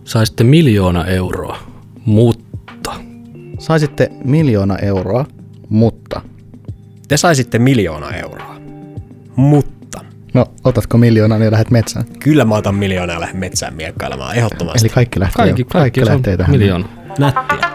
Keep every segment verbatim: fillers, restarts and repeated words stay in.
Saisitte miljoona euroa, mutta... Saisitte miljoona euroa, mutta... Te saisitte miljoona euroa, mutta... No, otatko miljoonaa, niin lähdet metsään? Kyllä mä otan miljoonaa ja lähden metsään miekkailemaan, ehdottomasti. Eli kaikki lähtee, kaikki, kaikki, kaikki lähtee tähän. Miljoona. Nättiä.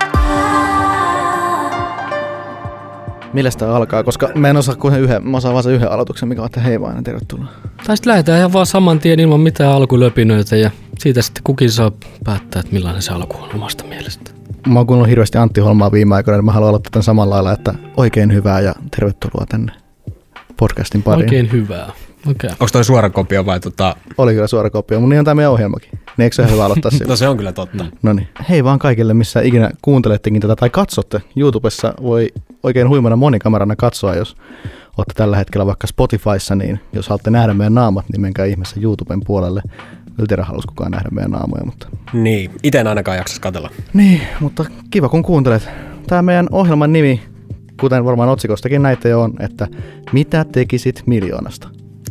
Millä sitä alkaa? Koska mä en osaa kuin yhden, mä osaan vaan sen yhden aloituksen, mikä on, että hei vaan, tervetuloa. Tai sitten lähdetään ihan vaan saman tien ilman mitään alkulöpinöitä ja siitä sitten kukin saa päättää, että millainen se alku on omasta mielestä. Mä oon kuunnellut hirveästi Antti Holmaa viime aikoina, niin mä haluan aloittaa tämän samalla lailla, että oikein hyvää ja tervetuloa tänne podcastin pariin. Oikein hyvää. Okay. Onko toi suora kopio vai tota... Oli kyllä suora kopio, mutta niin on tämä meidän ohjelmakin. Niin eikö se ole hyvä aloittaa sillä? No se on kyllä totta. No niin. Hei vaan kaikille, missä ikinä kuuntelettekin tätä tai katsotte. YouTubessa voi oikein huimana monikamerana katsoa, jos olette tällä hetkellä vaikka Spotifyssa, niin jos haluatte nähdä meidän naamat, niin menkää ihmeessä YouTuben puolelle. Kyllä teidän haluaisi kukaan nähdä meidän naamoja, mutta... Niin, ite en ainakaan jaksas katsella. Niin, mutta kiva kun kuuntelet. Tämä meidän ohjelman nimi, kuten varmaan otsikostakin näitä jo on, että mitä tekisit miljoonasta?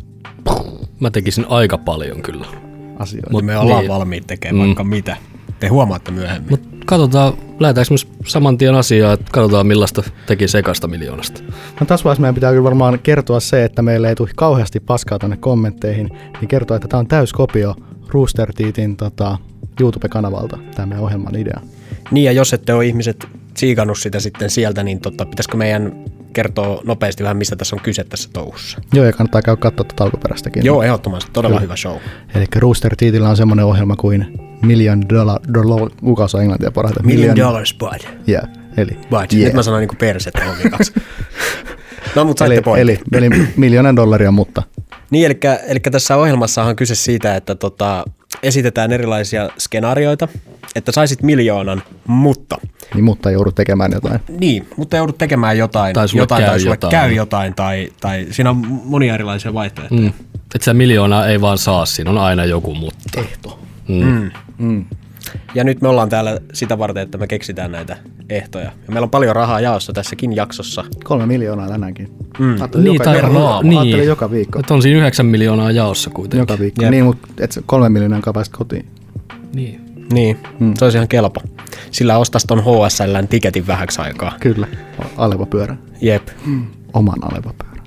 Mä tekisin aika paljon kyllä. Asioita. Mutta me ollaan niin. valmiit tekemään mm. vaikka mitä. Te huomaatte myöhemmin. Mutta katsotaan, lähdetäänkö myös saman tien asiaa, että katsotaan millaista teki sekasta miljoonasta. No tässä vaiheessa meidän pitää kyllä varmaan kertoa se, että meille ei tule kauheasti paskaa tänne kommentteihin, niin kertoa, että tämä on täyskopio Rooster Teethin tota, YouTube-kanavalta, tämä meidän ohjelman idea. Niin, ja jos ette ole ihmiset siikannut sitä sitten sieltä, niin tota, pitäisikö meidän kertoa nopeasti vähän, mistä tässä on kyse tässä touhussa? Joo, ja kannattaa käydä katsoa tuota alkuperäistäkin. Joo, ehdottomasti. Todella Kyllä. hyvä show. Eli Rooster Teethillä on semmoinen ohjelma kuin Million Dollar, dollar kuka osaa englantia parhaiten? Million Dollars Bud. Yeah, eli Bud. yeah. Nyt mä sanoin niin kuin persettä kaksi. No, mutta saitte eli, pointin. eli, eli miljoonan dollaria, mutta. Niin, eli, eli tässä ohjelmassa on kyse siitä, että tota, esitetään erilaisia skenaarioita, että saisit miljoonan, mutta... Niin, mutta joudut tekemään jotain. Niin, mutta joudut tekemään jotain, Tai sulle jotain, käy tai sulle jotain. käy jotain, tai, tai siinä on monia erilaisia vaihtoehtoja. Mm. Että se miljoonaa ei vaan saa, siinä on aina joku mutta. Ehto. Mm. Mm. Mm. Ja nyt me ollaan täällä sitä varten, että me keksitään näitä ehtoja. Ja meillä on paljon rahaa jaossa tässäkin jaksossa. Kolme miljoonaa tänäänkin. Mm. Ajattelin Niin, joka, tai- joka, niin. ajattelin joka viikko. Että on siinä yhdeksän miljoonaa jaossa kuitenkin. Joka viikko. Jep. Niin, mutta et sä kolme miljoonaa päästä kotiin. Niin. Niin, Mm. se olisi ihan kelpo. Sillä ostais ton H S L:n tiketin vähäksi aikaa. Kyllä. Aleva-pyörä. Jep. Oman aleva-pyörän.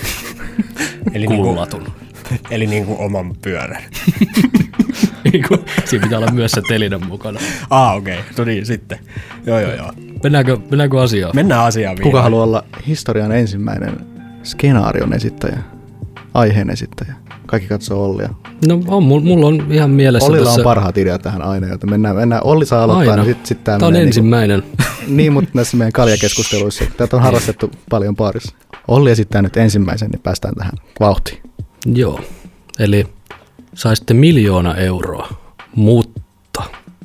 Eli niinku, Kullatun. eli niinku oman pyörän. Niinku, siinä pitää olla myös se telinen mukana. Ah, okei. Okay. No niin, sitten. Joo, joo, joo. Mennäänkö, mennäänkö asiaan? Mennään asiaan vielä. Kuka haluaa olla historian ensimmäinen skenaarion esittäjä? Aiheen esittäjä? Kaikki katsoo Ollia. No on, mulla on ihan mielessä Ollilla tässä... on parhaat ideat tähän aina, joten mennään, mennään. Olli saa aloittaa, Aina. niin sitten sit tämä Tämä on menee ensimmäinen. Niin, niin, mutta näissä meidän kaljakeskusteluissa. Tätä on harrastettu paljon parissa. Olli esittää nyt ensimmäisen, niin päästään tähän vauhtiin. Joo, eli saisitte miljoona euroa, mutta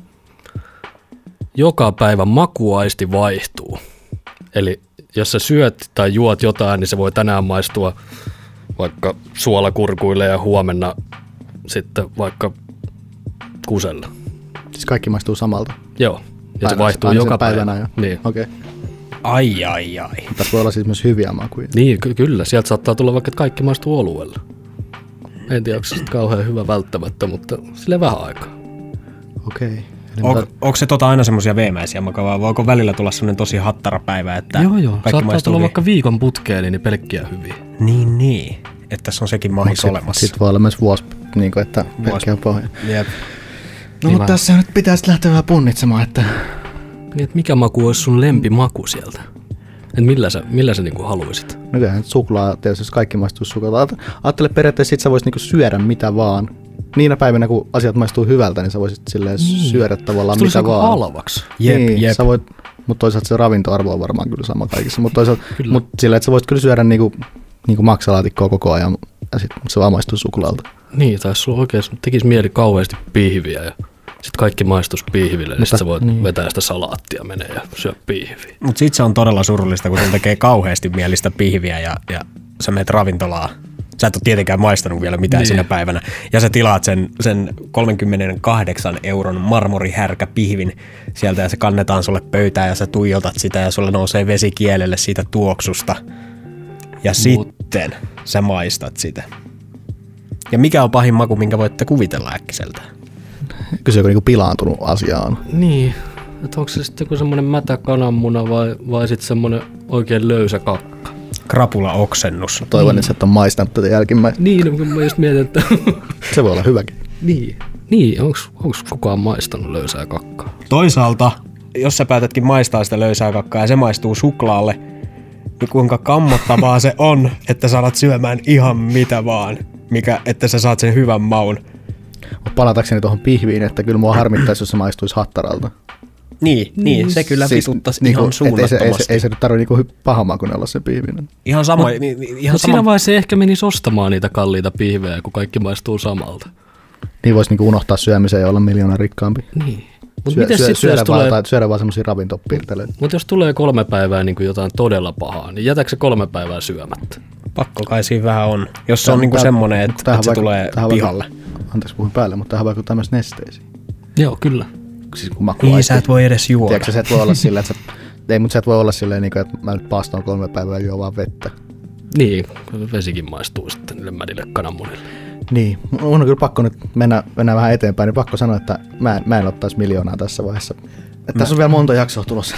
joka päivä makuaisti vaihtuu. Eli jos sä syöt tai juot jotain, niin se voi tänään maistua vaikka suolakurkuille ja huomenna sitten vaikka kuselle. Siis kaikki maistuu samalta. Joo, ja se Aina- vaihtuu aina joka sen päivä. päivänä jo. Niin. Okei. Okay. Ai, ai, ai. Tässä voi olla siis myös hyviä makuja. Niin, ky- kyllä. Sieltä saattaa tulla vaikka, että kaikki maistuu oluelle. En tiedä, onko se sitten kauhean hyvä välttämättä, mutta sille vähän aikaa. Okei. Okay. On, onko se tota aina semmoisia veemäisiä makavaa, vai onko välillä tulla semmoinen tosi hattarapäivä, että Joo, joo. kaikki Saattaa maistuu tulla hyvin? vaikka viikon putkeen, niin pelkkiä hyviä. Niin, niin. Että tässä on sekin mahis Sitten olemassa. sit voi olla myös vuosi, niin kuin, että pelkkää pohja. Jep. No Niin mutta mä- tässä nyt pitäisi lähteä vähän punnitsemaan, että Niin, että mikä maku olisi sun lempimaku sieltä? Et millä sä, millä sä niinku haluaisit? no kyllähän nyt suklaa, tietysti jos kaikki maistuu suklaalta. Ajattele periaatteessa, että sä voisit niinku syödä mitä vaan. Niinä päivinä, kun asiat maistuu hyvältä, niin sä voisit silleen Niin. syödä tavallaan Se tulisi mitä aika vaan. halvaksi. Jep, niin, jep. Sä voit, mutta toisaalta se ravintoarvo on varmaan kyllä sama kaikissa. Mutta toisaalta Kyllä. mut silleen, että sä voisit kyllä syödä niinku, niinku maksalaatikkoa koko ajan, ja sit, mutta se vaan maistuu suklaalta. Niin, tai jos sulla oikein tekisi mieli kauheasti pihviä ja sitten kaikki maistuisi pihville, niin Mutta- sit sä voit niin. vetää sitä salaattia menee ja syö pihviä. Mutta sit se on todella surullista, kun sulla tekee kauheasti mielistä pihviä ja, ja sä menet ravintolaan. Sä et ole tietenkään maistanut vielä mitään Niin. sinä päivänä. Ja sä tilaat sen, sen kolmekymmentäkahdeksan euron marmorihärkäpihvin sieltä ja se kannetaan sulle pöytään ja sä tuijotat sitä ja sulle nousee vesi kielelle siitä tuoksusta. Ja Mut- sitten sä maistat sitä. Ja mikä on pahin maku, minkä voitte kuvitella äkkiseltä? Kyllä se joku niinku pilaantunut asia on. Niin, että onko se sitten joku semmoinen mätä kananmuna vai, vai sitten semmoinen oikein löysä kakka? Krapula-oksennus. Toivon, mm. että sä et ole maistanut tätä jälkimmäistä. Niin, no, mä just mietin, että... Se voi olla hyväkin. Niin, niin onko kukaan maistanut löysää kakkaa? Toisaalta, jos sä päätätkin maistaa sitä löysää kakkaa ja se maistuu suklaalle, niin kuinka kammottavaa se on, että sä alat syömään ihan mitä vaan, mikä, että sä saat sen hyvän maun. Mutta palatakseni tuohon pihviin, että kyllä mua harmittaisi, jos se maistuisi hattaralta. Niin, niin, niin se kyllä siis, vituttaisi niinku, ihan suunnattomasti. Ei se, ei se, ei se nyt tarvitse niinku paha makuinen olla se pihvinen. Ihan sama. Mut, ihan mut sama. siinä vaiheessa ehkä menisi ostamaan niitä kalliita pihvejä, kun kaikki maistuu samalta. Niin voisi niinku unohtaa syömiseen ja olla miljoona rikkaampi. Niin. Mut Syö, miten syö, sit, syödä, jos vaan, tulee... syödä vaan semmosia ravintopiirteleitä. Mutta jos tulee kolme päivää niin kuin jotain todella pahaa, niin jätäkö se kolme päivää syömättä? Pakko kai siinä vähän on. Jos se on niinku semmoinen, että et se vaikka, tulee pihalle. Vaikka, anteeksi puhuin päälle, mutta tähän vaikuttaa myös nesteisiin. Joo, kyllä. Siis kun niin sä et voi edes juoda. Tiedätkö, sä et voi olla silleen, että sä, ei, mutta sä et voi olla silleen, että mä nyt paastan kolme päivää ja juo vaan vettä. Niin, vesikin maistuu sitten niille mädille kananmunille. Niin, mun on kyllä pakko nyt mennä, mennä vähän eteenpäin, niin pakko sanoa, että mä en, mä en ottaisi miljoonaa tässä vaiheessa. Että tässä on vielä monta jaksoa tulossa.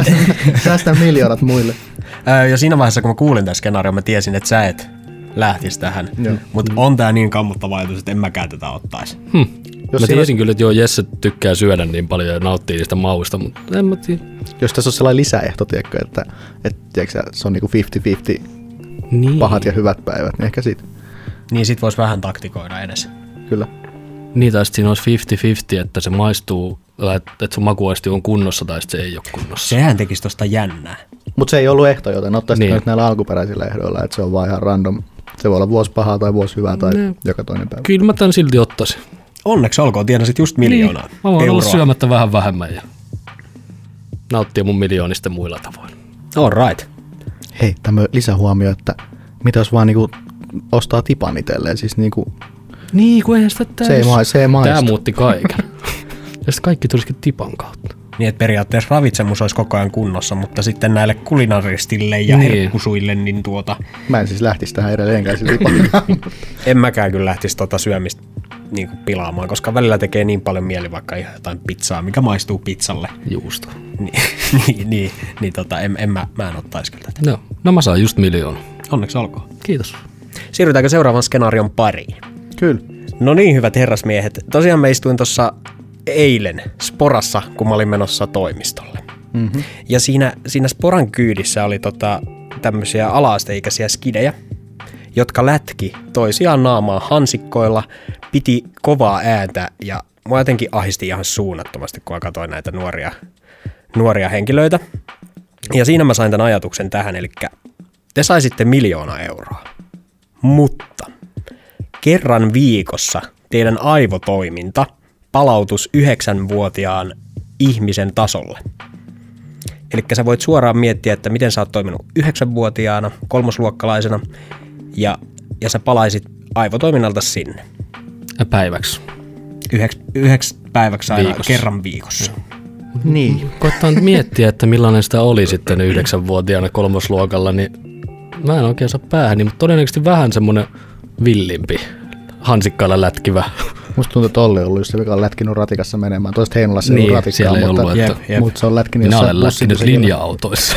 Säästän miljoonat muille. Ää, ja siinä vaiheessa, kun mä kuulin tämän skenaarion, mä tiesin, että sä et lähtisi tähän. Mutta on tää niin kammottava ajatus, että en mäkään tätä ottaisi. Hm. Jos mä siinä... tiesin kyllä, että joo, Jesse tykkää syödä niin paljon ja nauttii niistä mauista, mutta en mä tiedä. Jos tässä on sellainen lisäehto, tiedätkö, että, että tiedätkö, se on niinku viisikymmentä viisikymmentä niin. pahat ja hyvät päivät, niin ehkä siitä. Niin sit vois vähän taktikoida edes. Kyllä. Niin, tai siinä olisi viisikymmentä viisikymmentä, että se maistuu, että sun makuaisti on kunnossa tai sitten se ei ole kunnossa. Sehän tekisi tosta jännää. Mutta se ei ollut ehto, joten ottaisitko niin. nyt näillä alkuperäisillä ehdoilla, että se on vaan ihan random. Se voi olla vuosi pahaa tai vuosi hyvää tai ne. joka toinen päivä. Kyllä mä tän silti ottaisin. Onneksi olkoon, tienasit just miljoonaa niin. Mä voin euroa. olla syömättä vähän vähemmän ja nauttia mun miljoonista muilla tavoin. All right. Hei, tämmöinen lisähuomio, että mitä jos vaan niinku ostaa tipan itselleen, siis niinku... Niin, kun eihän sitä täys... Se ei, ma- se ei maistu. Tää muutti kaiken. Ja sitten kaikki tulisikin tipan kautta. Niin, että periaatteessa ravitsemus olisi koko ajan kunnossa, mutta sitten näille kulinaristille ja niin. herkkusuille, niin tuota... Mä en siis lähtisi tähän edelleenkään sille tipan. En mäkään kyllä lähtisi tuota syömistä niin kuin pilaamaan, koska välillä tekee niin paljon mieli vaikka ihan jotain pizzaa, mikä maistuu pizzalle. Juusto. Niin, niin, niin, niin tota, en, en mä, mä en ottaisi kyllä tätä. No, no mä saan just miljoona. Onneksi olkoon. Kiitos. Siirrytäänkö seuraavan skenaarion pariin? Kyllä. No niin, hyvät herrasmiehet. Tosiaan me istuin tuossa eilen Sporassa, kun mä olin menossa toimistolle. Mm-hmm. Ja siinä, siinä Sporan kyydissä oli tota, tämmöisiä ala-asteikäisiä skidejä, jotka lätki toisiaan naamaa hansikkoilla, piti kovaa ääntä ja mua jotenkin ahisti ihan suunnattomasti, kun mä katsoin näitä nuoria, nuoria henkilöitä. Ja siinä mä sain tämän ajatuksen tähän, eli te saisitte miljoona euroa, mutta kerran viikossa teidän aivotoiminta palautus yhdeksänvuotiaan ihmisen tasolle. Eli sä voit suoraan miettiä, että miten sä oot toiminut yhdeksänvuotiaana, kolmosluokkalaisena, ja, ja sä palaisit aivotoiminnalta sinne. Ja päiväksi. Yhdeks, yhdeks päiväksi aina Viikossa. kerran viikossa. Niin. Koittaa nyt miettiä, että millainen sitä oli sitten yhdeksänvuotiaana kolmosluokalla, niin mä en oikein saa päähän, mutta todennäköisesti vähän semmoinen villimpi, hansikkailla lätkivä. Musta tuntuu, että Olli on ollut just se, joka on lätkinyt ratikassa menemään. Toista Heinolassa niin, ei ollut siellä ratikkaa, ei mutta, ollut, jep, että jep. mutta se on lätkinyt minä jossain olen lätkinyt bussin- linja-autoissa.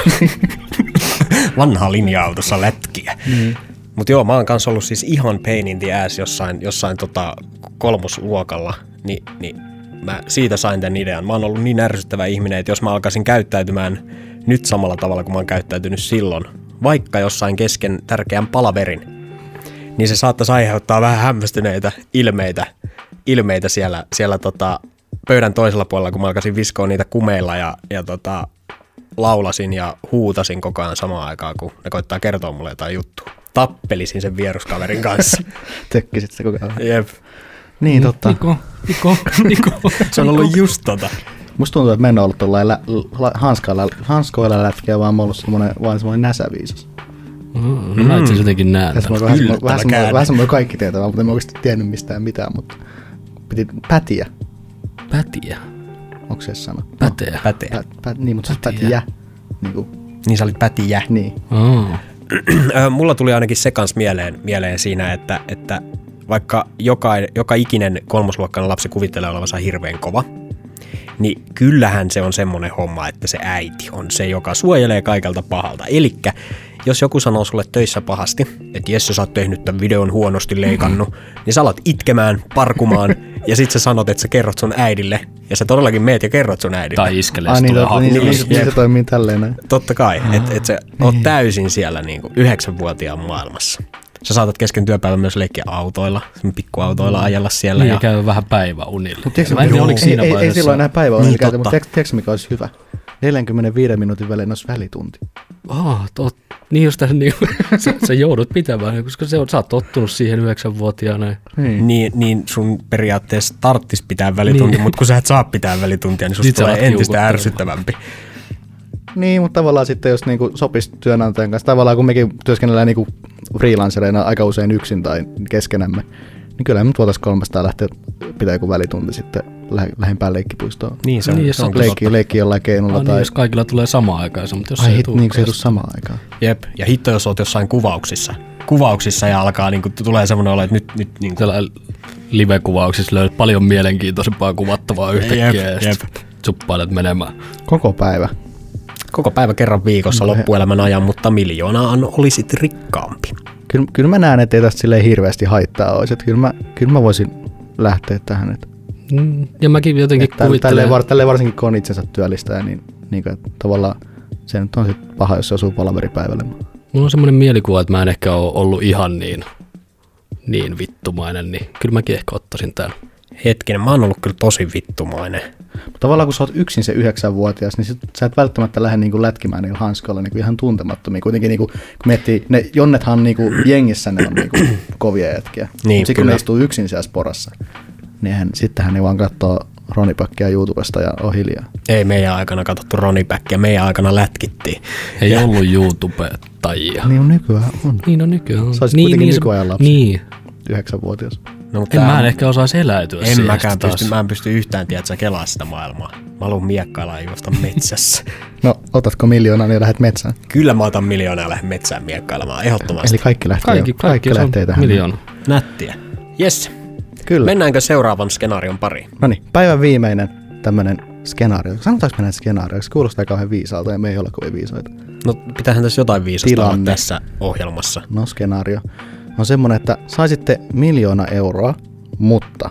Vanha linja-autossa lätkiä. Mm. Mutta joo, mä oon kanssa ollut siis ihan pain in the ass jossain, jossain tota kolmosluokalla, Ni, niin mä siitä sain tämän idean. Mä oon ollut niin ärsyttävä ihminen, että jos mä alkaisin käyttäytymään nyt samalla tavalla kuin mä oon käyttäytynyt silloin, vaikka jossain kesken tärkeän palaverin, niin se saattaisi aiheuttaa vähän hämmästyneitä ilmeitä, ilmeitä siellä, siellä tota pöydän toisella puolella, kun mä alkaisin viskoa niitä kumeilla ja, ja tota, laulasin ja huutasin koko ajan samaan aikaan, kun ne koittaa kertoa mulle jotain juttua. Tappelisin sen vieruskaverin kanssa. Tökkisit se koko ajan. Jep. Niin, totta. Niko, Niko, Niko. Se on ollut just tota. Musta tuntuu, että mä en ole ollut tuollain lä- lä- hanskoilla, hanskoilla lätkiä, vaan mä oon ollut semmoinen, vaan semmoinen näsäviisas. Mm, no mä itse jotenkin näen Vähän tämän. semmoinen, vähän semmoinen, Yllättävä vähän semmoinen, käänne. vähän semmoinen kaikki tietävä, mutta en mä oikeasti tiennyt mistään mitään, mutta piti pätiä. Pätiä. Onko se sana? Päteä. Päteä. Pät, pät, niin, mutta se Pätiä. pätiä. Niin, kuin, Niin sä olit pätijä. niin. Oh. Mulla tuli ainakin se kans mieleen, mieleen siinä, että, että vaikka joka, joka ikinen kolmosluokkainen lapsi kuvittelee olevansa hirveän kova, niin kyllähän se on semmoinen homma, että se äiti on se, joka suojelee kaikelta pahalta. Elikkä jos joku sanoo sulle töissä pahasti, että Jesse, sä oot tehnyt tämän videon huonosti leikannut, niin sä alat itkemään, parkumaan, ja sit sä sanot, että sä kerrot sun äidille, ja sä todellakin meet ja kerrot sun äidille. Tai iskelee, Ai se niin, tulee totta, niin, hakkuun. niin, niin se toimii tälleen näin. Totta kai, että et sä oot täysin siellä niinku yhdeksänvuotiaan maailmassa. Sä saatat kesken työpäivän myös leikkiä autoilla, pikkuautoilla ajella siellä. Niin, ja käy vähän päiväunilla. Mut tiedätkö, Mä en tiedä, oliko ei, siinä ei, vaiheessa. ei silloin enää päiväunilla Niin, käytä, mutta totta. tiedätkö, tiedätkö mikä olisi hyvä? neljänkymmenenviiden minuutin välein olisi välitunti. Ah, tot, niin just tässä, niin, sä, sä joudut pitämään, koska se on, sä oot tottunut siihen yhdeksänvuotiaana. Niin. Niin, niin sun periaatteessa tarttis pitää välitunti, Niin. mutta kun sä et saa pitää välituntia, niin susta Sit sä tulee alat entistä kiukuttelemaan. ärsyttävämpi. Niin, mutta tavallaan sitten jos niinku sopisi työnantajan kanssa, tavallaan kun mekin työskennellään niinku freelancereina aika usein yksin tai keskenämme, niin kyllä me nyt voitaisiin kolmesta lähteä pitää joku välitunti sitten lähe, lähempään leikkipuistoon. Niin se on, Niin, jos se on on kyllä Leikki, totta. leikki jollain keinolla Ah, tai... niin, jos kaikilla tulee samaan aikaan, mutta jos se Ai ei hit, tuu, niin kuin se ei tule kestää. samaan aikaan. Jep, ja hitto jos oot jossain kuvauksissa. Kuvauksissa ja alkaa, niin kuin, tulee semmoinen olo, että nyt... nyt niin kuin, Siellä live-kuvauksissa löydät paljon mielenkiintoisempaa kuvattavaa yhtäkkiä Jep, ja jep. sitten suppailet menemään. Koko päivä. koko päivä kerran viikossa No, loppuelämän ajan, mutta miljoonaan olisit rikkaampi. Kyllä, kyllä mä näen, että ei tästä silleen hirveästi haittaa olisi. Että kyllä, mä, kyllä mä voisin lähteä tähän. Että, Mm, ja mäkin jotenkin että kuvittelen. tälleen, var, tälleen varsinkin kun on itsensä työllistäjä, niin, niin kuin, että tavallaan se nyt on sit paha, jos se osuu palaveripäivälle. Mulla on semmoinen mielikuva, että mä en ehkä ole ollut ihan niin, niin vittumainen, niin kyllä mäkin ehkä ottaisin tämän. Hetkinen, mä oon ollut kyllä tosi vittumainen. Mutta tavallaan kun sä oot yksin se yhdeksänvuotias, niin sit, sä et välttämättä lähde niinku lätkimään niillä hanskoilla niinku ihan tuntemattomia. Kuitenkin niinku, kun miettii, ne jonnethan niinku jengissä ne on niinku kovia jätkiä. Niin, Mutta kun kyllä. ne istuu yksin siellä sporassa, niin hän, sittenhän ne vaan katsoo Ronipakkia YouTubesta ja on hiljaa. Ei meidän aikana katsottu Ronibackia, meidän aikana lätkittiin. Ei Ja- ollut YouTube-tajia. Niin on nykyään on. Niin on nykyään. Sä olisit niin, kuitenkin niin, nykyajan lapsi. Niin. Yhdeksänvuotias. No, mutta En tää- mä en ehkä osaisi eläytyä En siihen mäkään sitten pysty, taas. mä en pysty yhtään tiedä, että sä kelaa sitä maailmaa. Mä haluan miekkailla ja juosta metsässä. No, otatko miljoonan ja lähdet metsään? Kyllä mä otan miljoonaa ja lähden metsään miekkailemaan, ehdottomasti. Eli kaikki lähtee, Kaikki, kaikki, se on lähtee tähän. miljoona. Nättiä. Jes. Kyllä. Mennäänkö seuraavan skenaarion pariin? No niin, päivän viimeinen tämmönen skenaario. Sanotaanko me näitä skenaarioiksi? Kuulostaa kauhean viisaalta ja me ei olla kovin viisaita. No pitäähän tässä jotain viisasta olla Tilanne. tässä ohjelmassa. No, skenaario on semmoinen, että saisitte miljoona euroa, mutta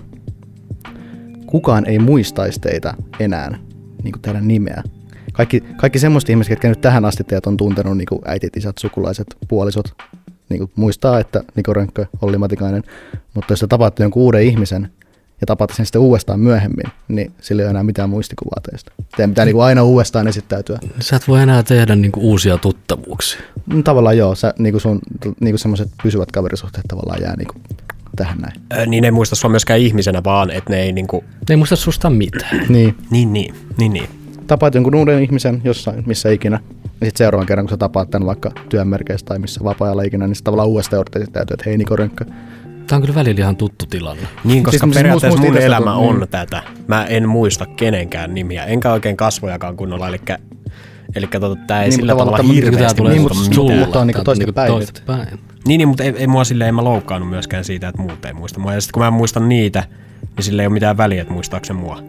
kukaan ei muistaisi teitä enää, niin kuin teidän nimeä. Kaikki, kaikki semmoiset ihmiset, jotka nyt tähän asti teidät on tuntenut, niin kuin äitit, isät, sukulaiset, puolisot, niin kuin muistaa, että Niko Rönkkö, Olli Matikainen, mutta jos te tapaatte jonkun uuden ihmisen ja tapaatte sen sitten uudestaan myöhemmin, niin sillä ei ole enää mitään muistikuvaa teistä. Teidän pitää niin kuin aina uudestaan esittäytyä. Sä et voi enää tehdä niinku uusia tuttavuuksia. No, tavallaan joo, sä, niin kuin sun niin kuin semmoiset pysyvät kaverisuhteet tavallaan jää niin kuin tähän näin. Ö, niin ne ei muista sua myöskään ihmisenä, vaan että ne ei niinku... Ne ei muista susta mitään. Niin, Niin, niin, niin, niin. tapaat jonkun uuden ihmisen jossain, missä ikinä, ja sitten seuraavan kerran, kun sä tapaat tämän vaikka työnmerkeissä tai missä vapaa-ajalla ikinä, niin sitten tavallaan uudestaan joudut esittäytyä, että hei Niko Rönkkö. Tää on kyllä välillä ihan tuttu tilanne. Niin, koska Siis- siis, periaatteessa musta mun itsestä elämä tuntuu, on niin. tätä. Mä en muista kenenkään nimiä, enkä oikein kasvojakaan kunnolla, eli, eli tota, tää ei Niin, sillä mutta tavalla tavallaan Tää hirveästi tulee niin, muuta mutta mitään. sulla- mutta on niinku Tää toista niinku päin. toista päin. Niin, niin, mutta ei, ei mua silleen, ei mä loukkaannut myöskään siitä, että muut ei muista mua. Ja sitten kun mä en muista niitä, niin sillä ei ole mitään väliä, että muistaako se mua.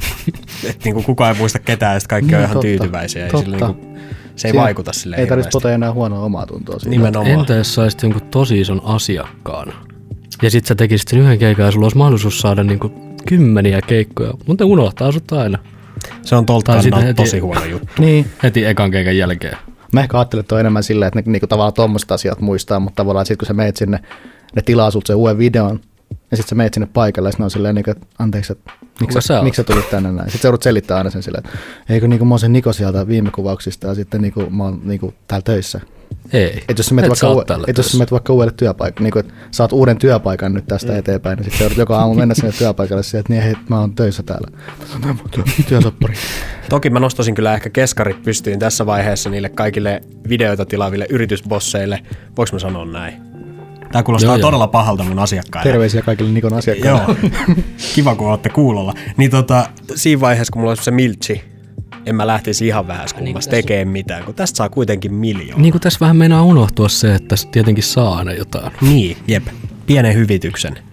Että niinku kukaan ei muista ketään, ja sitten kaikki on Niin, ihan totta, tyytyväisiä. Ja sillä totta. niinku, se ei Siinä vaikuta silleen Ei tarvitse hirveästi. potea enää huonoa omaa tuntoa siitä. Nimenomaan. Entä jos saisit jonkun tosi ison asiakkaan? Ja sit sä tekisit sen yhden keikan ja sulla olisi mahdollisuus saada niinku kymmeniä keikkoja, mutta ne unohtaa sut aina. Se on tolta Tai sitten kannalta heti- tosi huono juttu. Niin, Heti ekan keikan jälkeen. mä ehkä ajattelen, että on enemmän silleen, että ne niinku tavallaan tommoset asiat muistaa, mutta tavallaan sit kun sä meet sinne, ne tilaa sulta sen uuden videon, ja sitten sä meet sinne paikalle, ja sitten ne on silleen, niinku, että anteeksi, että miksi Kuka sä, sä oot? miksi sä tulit tänne näin. Sitten sä joudut selittää aina sen silleen, että eikö niinku mä oon se Niko sieltä viime kuvauksista, ja sitten niinku mä oon niinku täällä töissä. Ei. Et jos sä menet Et vaikka, sä oot uue, täällä et jos sä töissä. menet vaikka uudelle työpaikalle, niin että saat uuden työpaikan nyt tästä mm. eteenpäin, niin sitten joudut joka aamu mennä sinne työpaikalle siihen, että niin, hei, mä oon töissä täällä. Tämä on työ, työsoppari. Toki mä nostasin kyllä ehkä keskarit pystyyn tässä vaiheessa niille kaikille videoita tilaaville yritysbosseille. Voinko mä sanoa näin? Tää kuulostaa Joo, joo. todella pahalta mun asiakkaille. Terveisiä kaikille Nikon asiakkaille. Joo, kiva kun ootte kuulolla. Niin tota, siinä vaiheessa kun mulla olisi se miltsi, en mä lähtisi ihan vähäskummassa tekemään mitään, kun tästä saa kuitenkin miljoona. Niin kuin tässä vähän meinaa unohtua se, että tässä tietenkin saa aina jotain. Niin, jep. Pienen hyvityksen.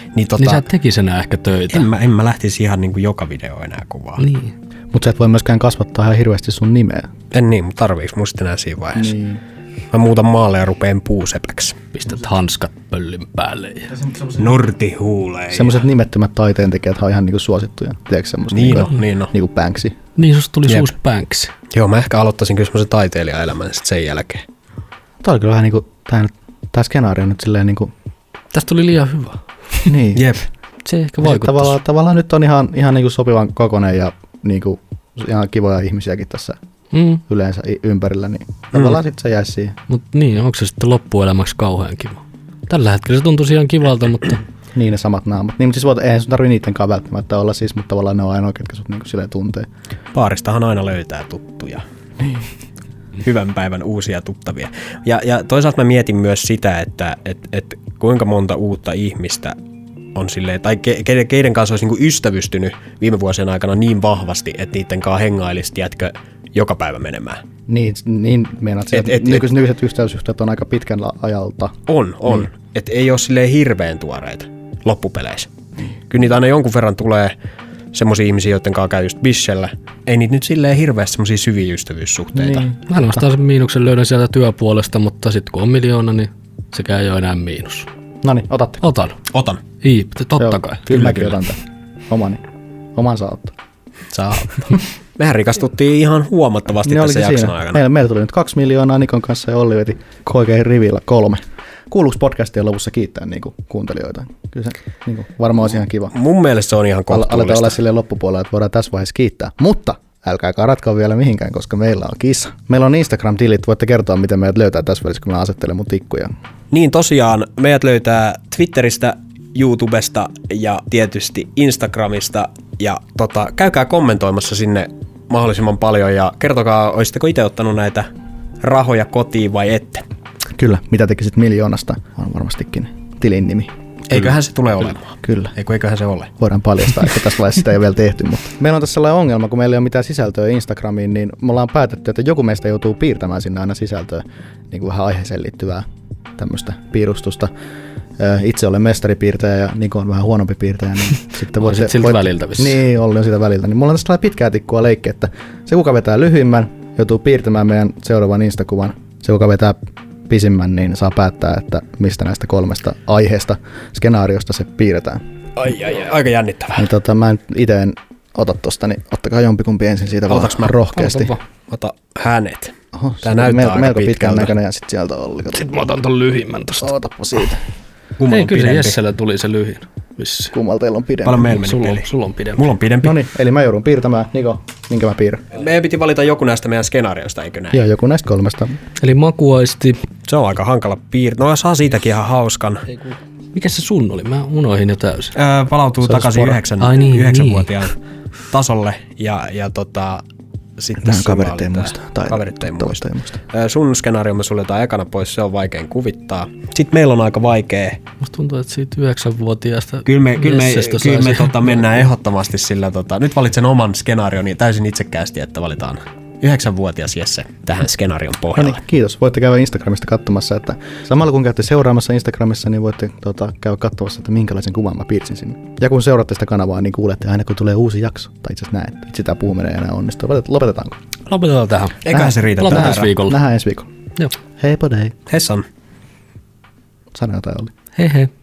Niin, tota, niin sä tekis enää ehkä töitä. En mä, en mä lähtisi ihan niin kuin joka video enää kuvaa. Niin. Mutta sä et voi myöskään kasvattaa ihan hirveästi sun nimeä. En niin, mutta tarviiks musta enää siinä vaiheessa? Niin. Mä muutan maalle ja rupeen puusepäksi. Pistät hanskat pöllin päälle. Ja... Nurtihuuleen. Semmoiset nimettömät taiteentekijät on ihan niinku suosittuja. Tiedätkö semmoista? Niin niinku, on, niin on. Niinku Banksy. Niin susta tuli Jep. uusi Banksy. Joo, mä ehkä aloittaisin kyllä semmoisen taiteilijaelämän sit sen jälkeen. Tää oli kyllä vähän niinku, tää, tää skenaario nyt silleen niinku, Tästä tuli liian hyvä. niin. Jep. Se ehkä Tavallaan, vaikuttaisi. tavallaan nyt on ihan, ihan niinku sopivan kokoinen ja niinku ihan kivoja ihmisiäkin tässä Mm. yleensä i- ympärillä, niin tavallaan sit se jäisi siihen. Mut niin, onko se sitten loppuelämäksi kauhean kiva? Tällä hetkellä se tuntuisi ihan kivalta, mutta Niin ne samat naamat. Niin, mutta siis voit, eihän sun tarvitse niittenkaan välttämättä olla siis, mutta tavallaan ne on ainoa, ketkä sut niinku silleen tuntee. Baaristahan aina löytää tuttuja. Hyvän päivän uusia tuttavia. Ja, ja toisaalta mä mietin myös sitä, että et, et kuinka monta uutta ihmistä on silleen, tai ke, ke, keiden kanssa olisi niinku ystävystynyt viime vuosien aikana niin vahvasti, että niiden kanssa hengailisi, tiedätkö, joka päivä menemään. Niin, niin meinaat, Et- että et- nykyiset, nykyiset yhteysyhteet on aika pitkän la- ajalta. On, on. Niin. Että ei ole silleen hirveän tuoreita loppupeleissä. Kyllä niitä aina jonkun verran tulee semmosia ihmisiä, joiden kanssa käy just bishellä. Ei niitä nyt silleen hirveästi semmosia syviä ystävyyssuhteita. Niin. mä ainoastaan sen miinuksen löydän sieltä työpuolesta, mutta sitten kun on miljoona, niin sekään ei ole enää miinus. No niin, otatte. Otan. Otan. Ii, totta Joo, kai. Kyllä mäkin otan tämän. Omani. Oman saa ottaa. Saa ottaa. Mehän rikastuttiin ihan huomattavasti Niin tässä olikin jakson siinä. aikana. Meillä, meillä tuli nyt kaksi miljoonaa Nikon kanssa ja Olli veti oikein rivillä kolme. Kuuluuko podcastien lopussa kiittää niinku kuuntelijoita? Kyllä se niinku, varmaan olisi ihan kiva. Mun mielestä se on ihan Al- Aletaan olla kohtuullista. silleen loppupuolella, että voidaan tässä vaiheessa kiittää. Mutta älkääkä ratkoa vielä mihinkään, koska meillä on kissa. Meillä on Instagram-tilit. Voitte kertoa, miten meidät löytää tässä välissä, kun mä asettelen mun tikkuja. Niin tosiaan, meidät löytää Twitteristä, YouTubesta ja tietysti Instagramista. Ja tota, käykää kommentoimassa sinne mahdollisimman paljon ja kertokaa, olisitteko itse ottanut näitä rahoja kotiin vai ette. Kyllä, mitä tekisit miljoonasta, on varmastikin tilin nimi. Eiköhän se tule olemaan. Kyllä. Eikö, eiköhän se ole. Voidaan paljastaa, että tässä vaiheessa sitä ei ole vielä tehty. Mutta meillä on tässä sellainen ongelma, kun meillä ei ole mitään sisältöä Instagramiin, niin me ollaan päätetty, että joku meistä joutuu piirtämään sinne aina sisältöä, niin kuin vähän aiheeseen liittyvää tämmöistä piirustusta. Ö, Itse olen mestaripiirtäjä ja Niko on vähän huonompi piirtäjä. Niin sitten voit, Olisit siltä väliltä vissiin. Niin, Olli on sitä väliltä. Niin mulla on tässä tällainen pitkää tikkua leikki, että se kuka vetää lyhyimmän, joutuu piirtämään meidän seuraavan Instakuvan. Se kuka vetää pisimmän, niin saa päättää, että mistä näistä kolmesta aiheesta, skenaariosta se piirretään. Ai, ai, ai, aika jännittävää. Niin tota, mä en itse en ota tosta, niin ottakaa jompikumpi ensin siitä vaan Otaks mä? rohkeasti. Ota vaan. Ota hänet. Oho, Tää se näyttää melko, aika melko pitkän pitkältä. näköinen ja sitten sieltä Olli. Kato. Sitten mä otan ton lyhimmän tosta. Otappa siitä. Kummalla Ei, on kyllä se pidempi? Jessellä tuli se lyhin. Vissi. Kummalta teillä on pidempi? Paljon meillä meni Sulla on, peli. sulla on pidempi. Mulla on pidempi. No niin, eli mä joudun piirtämään. Niko, minkä mä piirrän? Meidän piti valita joku näistä meidän skenaarioista, eikö näin? Joo, joku näistä kolmesta. Eli makuaisti. Se on aika hankala piirtää. No saa siitäkin ihan hauskan. Mikä se sun oli? Mä unohdin jo täysin. Öö, palautuu Se olisi takaisin pora. yhdeksän, Ai niin, yhdeksänvuotiaan tasolle ja, ja tota, sitten Nämä sulla kaverit oli ei tää- muista. Tai Kaverit ei muista. ei muista. Öö, sun skenaario me suljetaan ekana pois, se on vaikein kuvittaa. Sitten meillä on aika vaikea. Musta tuntuu, että siitä yhdeksänvuotiaasta Kyllä me, kyllä me, Jessestä kyllä me saisi- tota, mennään ehdottomasti sillä, tota, nyt valitsen oman skenaarioni täysin itsekkäästi, että valitaan yhdeksänvuotias Jesse tähän skenaarion No pohjalle. niin, kiitos. Voitte käydä Instagramista katsomassa, että samalla kun käytte seuraamassa Instagramissa, niin voitte tota, käydä katsomassa, että minkälaisen kuvan mä piirsin sinne. Ja kun seuraatte sitä kanavaa, niin kuulette aina, kun tulee uusi jakso. Tai itse asiassa näette. Itse tämä puhuminen ei enää onnistu. Lopetet- Lopetetaanko? Lopetetaan tähän. Eiköhän se riitä Palataan tähän. ensi viikolla. Nähdään ensi viikolla. Joo. Hei podei. Hessan. Sano jotain, Olli. Hei hei.